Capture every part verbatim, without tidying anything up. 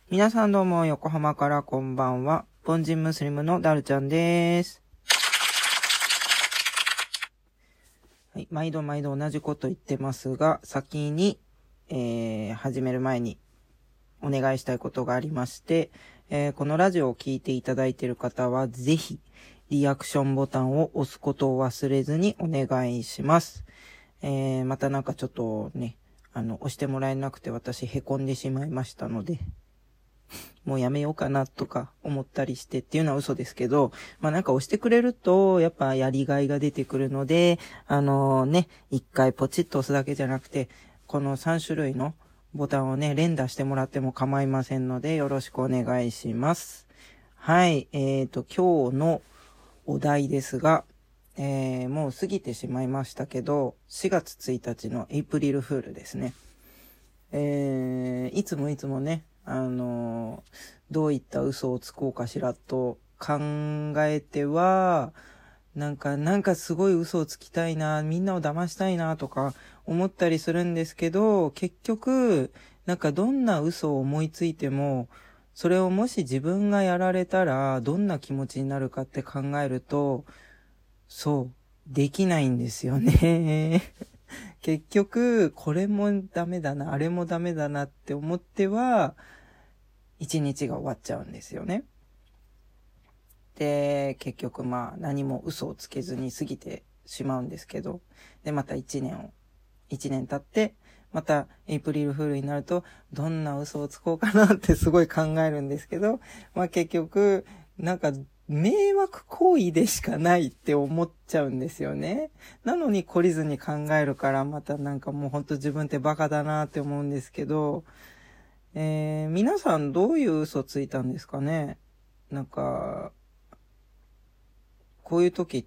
皆さんどうも横浜からこんばんは。凡人ムスリムのダルちゃんです。はい、毎度毎度同じこと言ってますが、先に、えー、始める前にお願いしたいことがありまして、えー、このラジオを聞いていただいている方はぜひリアクションボタンを押すことを忘れずにお願いします。えー、またなんかちょっとね、あの、押してもらえなくて私へこんでしまいましたので、もうやめようかなとか思ったりしてっていうのは嘘ですけど、まあなんか押してくれるとやっぱやりがいが出てくるので、あのね、一回ポチッと押すだけじゃなくて、このさん種類のボタンをね、連打してもらっても構いませんのでよろしくお願いします。はい、えーと、今日のお題ですが、えー、もう過ぎてしまいましたけど、しがつついたちのエイプリルフールですね。えー、いつもいつもね、あのー、どういった嘘をつこうかしらと考えては、なんか、なんかすごい嘘をつきたいな、みんなを騙したいなとか思ったりするんですけど、結局、なんかどんな嘘を思いついても、それをもし自分がやられたらどんな気持ちになるかって考えると、そう、できないんですよね。結局、これもダメだな、あれもダメだなって思っては、一日が終わっちゃうんですよね。で、結局まあ何も嘘をつけずに過ぎてしまうんですけど、で、また一年を、一年経って、またエイプリルフールになると、どんな嘘をつこうかなってすごい考えるんですけど、まあ結局、なんか迷惑行為でしかないって思っちゃうんですよね。なのに懲りずに考えるから、またなんかもうほんと自分ってバカだなって思うんですけど、えー、皆さんどういう嘘ついたんですかね。なんか、こういう時って、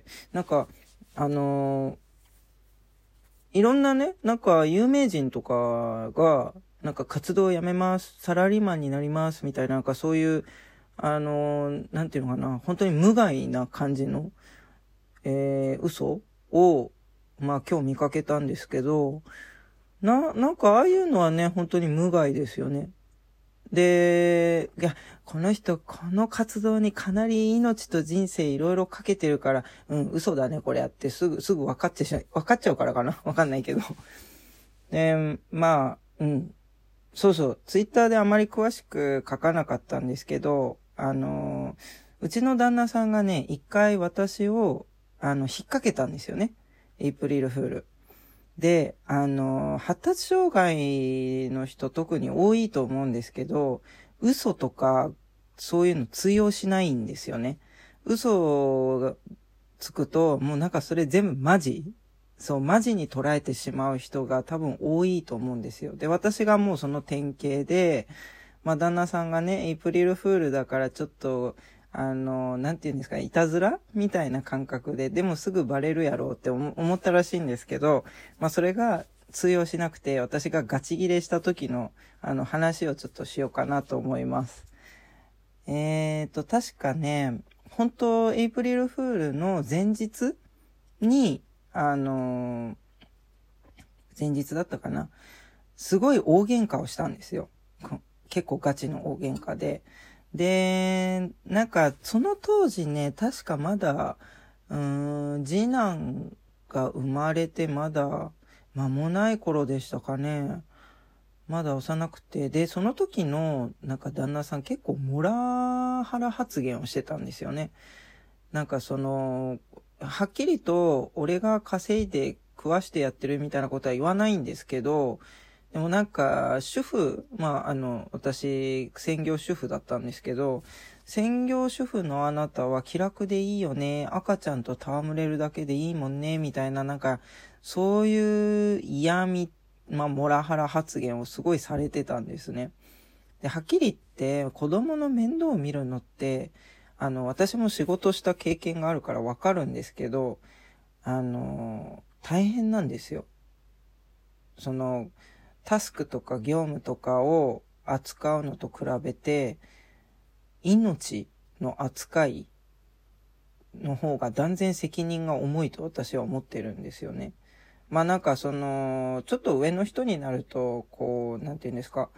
なんか、あのー、いろんなね、なんか有名人とかが、なんか活動をやめます、サラリーマンになります、みたいな、なんかそういう、あのー、なんていうのかな、本当に無害な感じの、えー、嘘を、まあ今日見かけたんですけど、な、なんかああいうのはね、本当に無害ですよね。で、いや、この人、この活動にかなり命と人生いろいろかけてるから、うん、嘘だね、これやってすぐ、すぐ分かってしま、分かっちゃうからかなわかんないけど。で、まあ、うん。そうそう、ツイッターであまり詳しく書かなかったんですけど、あの、うちの旦那さんがね、一回私を、あの、引っ掛けたんですよね。エイプリルフール。で、あの、発達障害の人特に多いと思うんですけど、嘘とかそういうの通用しないんですよね。嘘がつくと、もうなんかそれ全部マジそう、マジに捉えてしまう人が多分多いと思うんですよ。で、私がもうその典型で、まあ旦那さんがね、エイプリルフールだからちょっと、あの、なんて言うんですか、いたずらみたいな感覚で、でもすぐバレるやろうって思ったらしいんですけど、まあそれが通用しなくて、私がガチギレした時の、あの話をちょっとしようかなと思います。えーと、確かね、本当エイプリルフールの前日に、あの、前日だったかな。すごい大喧嘩をしたんですよ。結構ガチの大喧嘩で。で、なんか、その当時ね、確かまだ、うーん、次男が生まれてまだ間もない頃でしたかね。まだ幼くて。で、その時の、なんか旦那さん結構モラハラ発言をしてたんですよね。なんかその、はっきりと俺が稼いで食わしてやってるみたいなことは言わないんですけど、でもなんか、主婦、まあ、あの、私、専業主婦だったんですけど、専業主婦のあなたは気楽でいいよね。赤ちゃんと戯れるだけでいいもんね。みたいな、なんか、そういう嫌味、まあ、モラハラ発言をすごいされてたんですね。で、はっきり言って、子供の面倒を見るのって、あの、私も仕事した経験があるからわかるんですけど、あの、大変なんですよ。その、タスクとか業務とかを扱うのと比べて、命の扱いの方が断然責任が重いと私は思ってるんですよね。まあなんかその、ちょっと上の人になると、こう、なんていうんですか、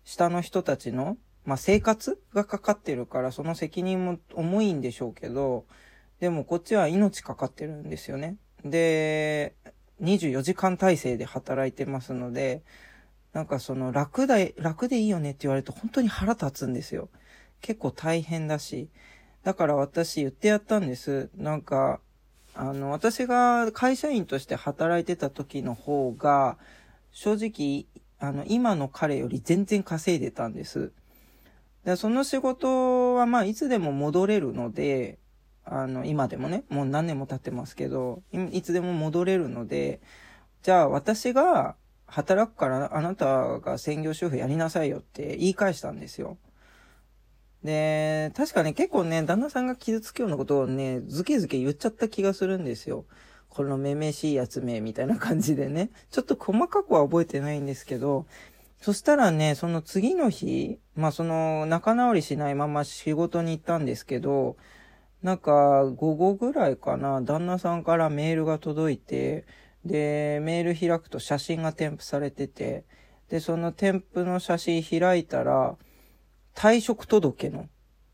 下の人たちの、まあ、生活がかかってるから、その責任も重いんでしょうけど、でもこっちは命かかってるんですよね。で、にじゅうよじかん体制で働いてますので、なんかその楽だ、楽でいいよねって言われると本当に腹立つんですよ。結構大変だし。だから私言ってやったんです。なんか、あの、私が会社員として働いてた時の方が、正直、あの、今の彼より全然稼いでたんです。でその仕事はまあいつでも戻れるので、あの、今でもね、もう何年も経ってますけど、いつでも戻れるので、じゃあ私が働くからあなたが専業主婦やりなさいよって言い返したんですよ。で、確かね、結構ね、旦那さんが傷つくようなことをね、ずけずけ言っちゃった気がするんですよ。このめめしいやつめ、みたいな感じでね。ちょっと細かくは覚えてないんですけど、そしたらね、その次の日、まあその仲直りしないまま仕事に行ったんですけど、なんか午後ぐらいかな、旦那さんからメールが届いて、で、メール開くと写真が添付されてて、で、その添付の写真開いたら、退職届の、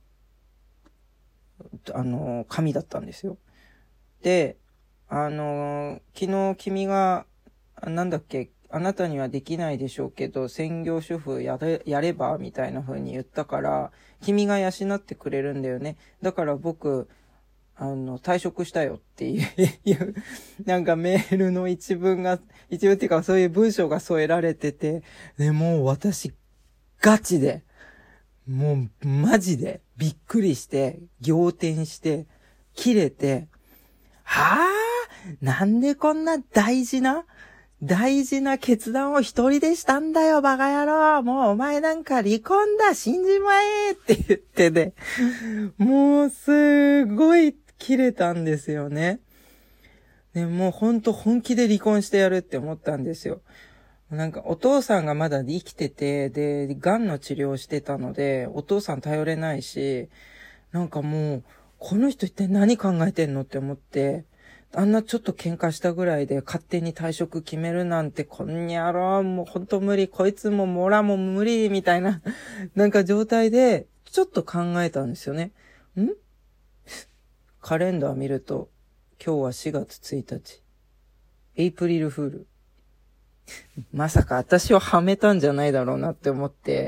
あの、紙だったんですよ。で、あの、昨日君が、なんだっけ、あなたにはできないでしょうけど、専業主婦やれ、やればみたいな風に言ったから、君が養ってくれるんだよね。だから僕、あの、退職したよっていう、なんかメールの一文が、一文っていうかそういう文章が添えられてて、で、もう私、ガチで、もうマジでびっくりして、仰天して、切れて、はぁなんでこんな大事な大事な決断を一人でしたんだよ、バカ野郎。もうお前なんか離婚だ、死んじまえって言ってね。もうすごい切れたんですよね。でもうほんと本気で離婚してやるって思ったんですよ。なんかお父さんがまだ生きてて、で、癌の治療をしてたので、お父さん頼れないし、なんかもう、この人一体何考えてんのって思って、あんなちょっと喧嘩したぐらいで勝手に退職決めるなんて、こんにゃろ、もうほんと無理、こいつもモラも無理、みたいな、なんか状態で、ちょっと考えたんですよね。んカレンダー見ると、今日はしがつついたち。エイプリルフール。まさか私をはめたんじゃないだろうなって思って、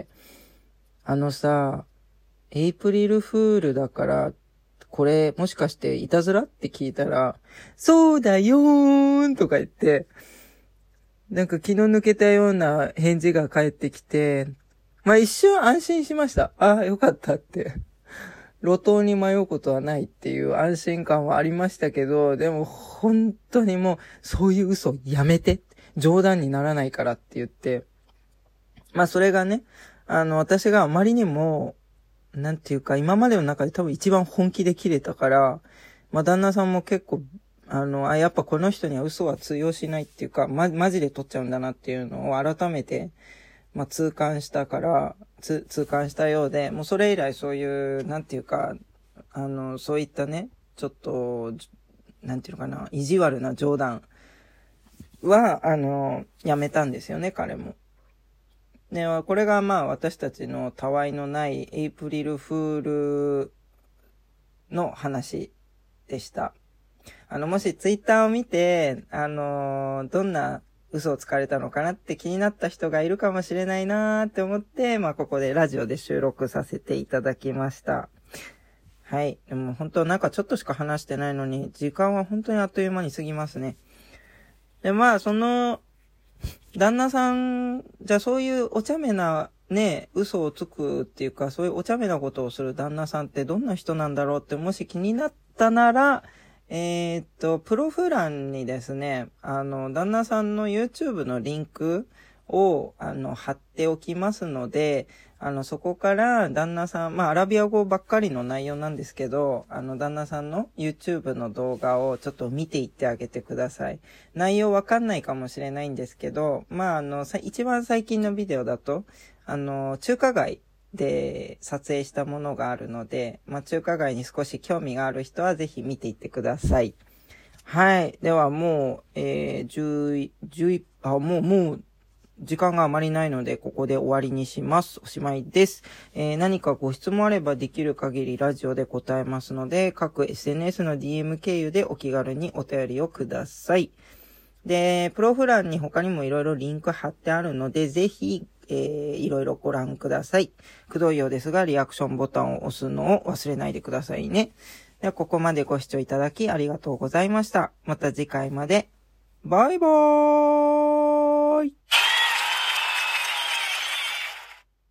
あのさ、エイプリルフールだから、これ、もしかして、いたずらって聞いたら、そうだよーんとか言って、なんか気の抜けたような返事が返ってきて、まあ一瞬安心しました。ああ、よかったって。路頭に迷うことはないっていう安心感はありましたけど、でも本当にもう、そういう嘘やめて。冗談にならないからって言って。まあそれがね、あの、私があまりにも、なんていうか、今までの中で多分一番本気で切れたから、まあ、旦那さんも結構、あの、あ、やっぱこの人には嘘は通用しないっていうか、ま、マジで取っちゃうんだなっていうのを改めて、まあ、痛感したから、つ、痛感したようで、もうそれ以来そういう、なんていうか、あの、そういったね、ちょっと、なんていうのかな、意地悪な冗談は、あの、やめたんですよね、彼も。ね、これがまあ私たちのたわいのないエイプリルフールの話でした。あの、もしツイッターを見て、あのー、どんな嘘をつかれたのかなって気になった人がいるかもしれないなーって思って、まあここでラジオで収録させていただきました。はい。でも本当なんかちょっとしか話してないのに、時間は本当にあっという間に過ぎますね。で、まあその、旦那さん、じゃあそういうお茶目なね、嘘をつくっていうか、そういうお茶目なことをする旦那さんってどんな人なんだろうってもし気になったなら、えー、っと、プロフ欄にですね、あの、旦那さんの YouTube のリンクを、あの、貼っておきますので、あの、そこから旦那さん、まあ、アラビア語ばっかりの内容なんですけど、あの、旦那さんの YouTube の動画をちょっと見ていってあげてください。内容わかんないかもしれないんですけど、まあ、あの、一番最近のビデオだと、あの、中華街で撮影したものがあるので、まあ、中華街に少し興味がある人はぜひ見ていってください。はい。ではもう、えー、じゅう、じゅう、あ、もう、もう、 時間があまりないので、ここで終わりにします。おしまいです。えー、何かご質問あればできる限りラジオで答えますので、各 エスエヌエス の ディーエム 経由でお気軽にお便りをください。で、プロフ欄に他にもいろいろリンク貼ってあるので、ぜひ、えー、いろいろご覧ください。くどいようですが、リアクションボタンを押すのを忘れないでくださいね。では、ここまでご視聴いただきありがとうございました。また次回まで。バイバーイ。